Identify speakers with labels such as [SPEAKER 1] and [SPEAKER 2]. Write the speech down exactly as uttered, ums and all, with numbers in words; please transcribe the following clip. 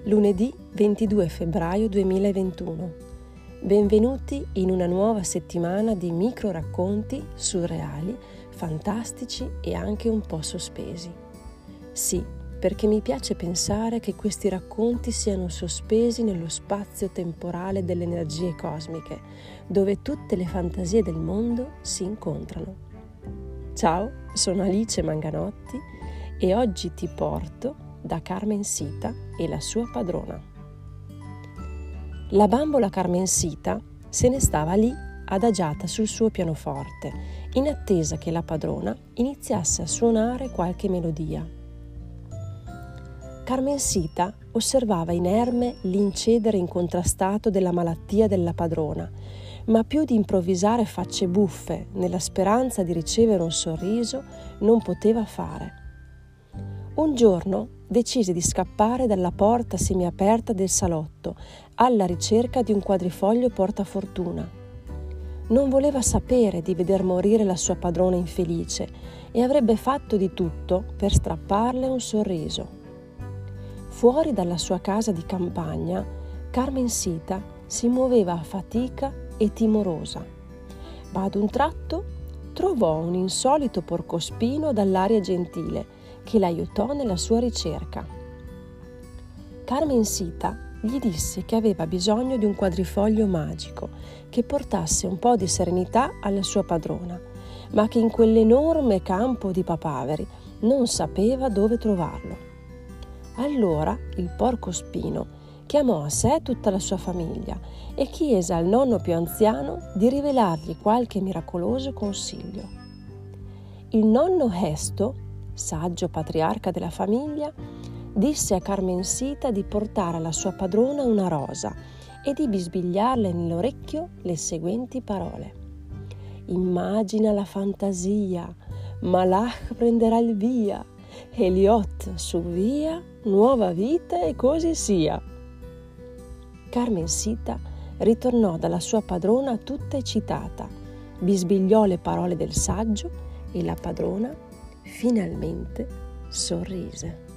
[SPEAKER 1] Lunedì ventidue febbraio duemilaventuno. Benvenuti in una nuova settimana di micro racconti surreali, fantastici e anche un po' sospesi. Sì, perché mi piace pensare che questi racconti siano sospesi nello spazio temporale delle energie cosmiche, dove tutte le fantasie del mondo si incontrano. Ciao, sono Alice Manganotti e oggi ti porto da Carmensita e la sua padrona. La bambola Carmensita se ne stava lì adagiata sul suo pianoforte, in attesa che la padrona iniziasse a suonare qualche melodia. Carmensita osservava inerme l'incedere incontrastato della malattia della padrona, ma più di improvvisare facce buffe nella speranza di ricevere un sorriso non poteva fare. Un giorno decise di scappare dalla porta semiaperta del salotto alla ricerca di un quadrifoglio portafortuna. Non voleva sapere di veder morire la sua padrona infelice e avrebbe fatto di tutto per strapparle un sorriso. Fuori dalla sua casa di campagna, Carmensita si muoveva a fatica e timorosa, ma ad un tratto trovò un insolito porcospino dall'aria gentile che l'aiutò nella sua ricerca. Carmensita gli disse che aveva bisogno di un quadrifoglio magico che portasse un po' di serenità alla sua padrona, ma che in quell'enorme campo di papaveri non sapeva dove trovarlo. Allora il porcospino chiamò a sé tutta la sua famiglia e chiese al nonno più anziano di rivelargli qualche miracoloso consiglio. Il nonno Esto, saggio patriarca della famiglia, disse a Carmensita di portare alla sua padrona una rosa e di bisbigliarle nell'orecchio le seguenti parole: «Immagina la fantasia, Malach prenderà il via, Eliot su via, nuova vita e così sia». Carmensita ritornò dalla sua padrona tutta eccitata, bisbigliò le parole del saggio e la padrona finalmente sorrise.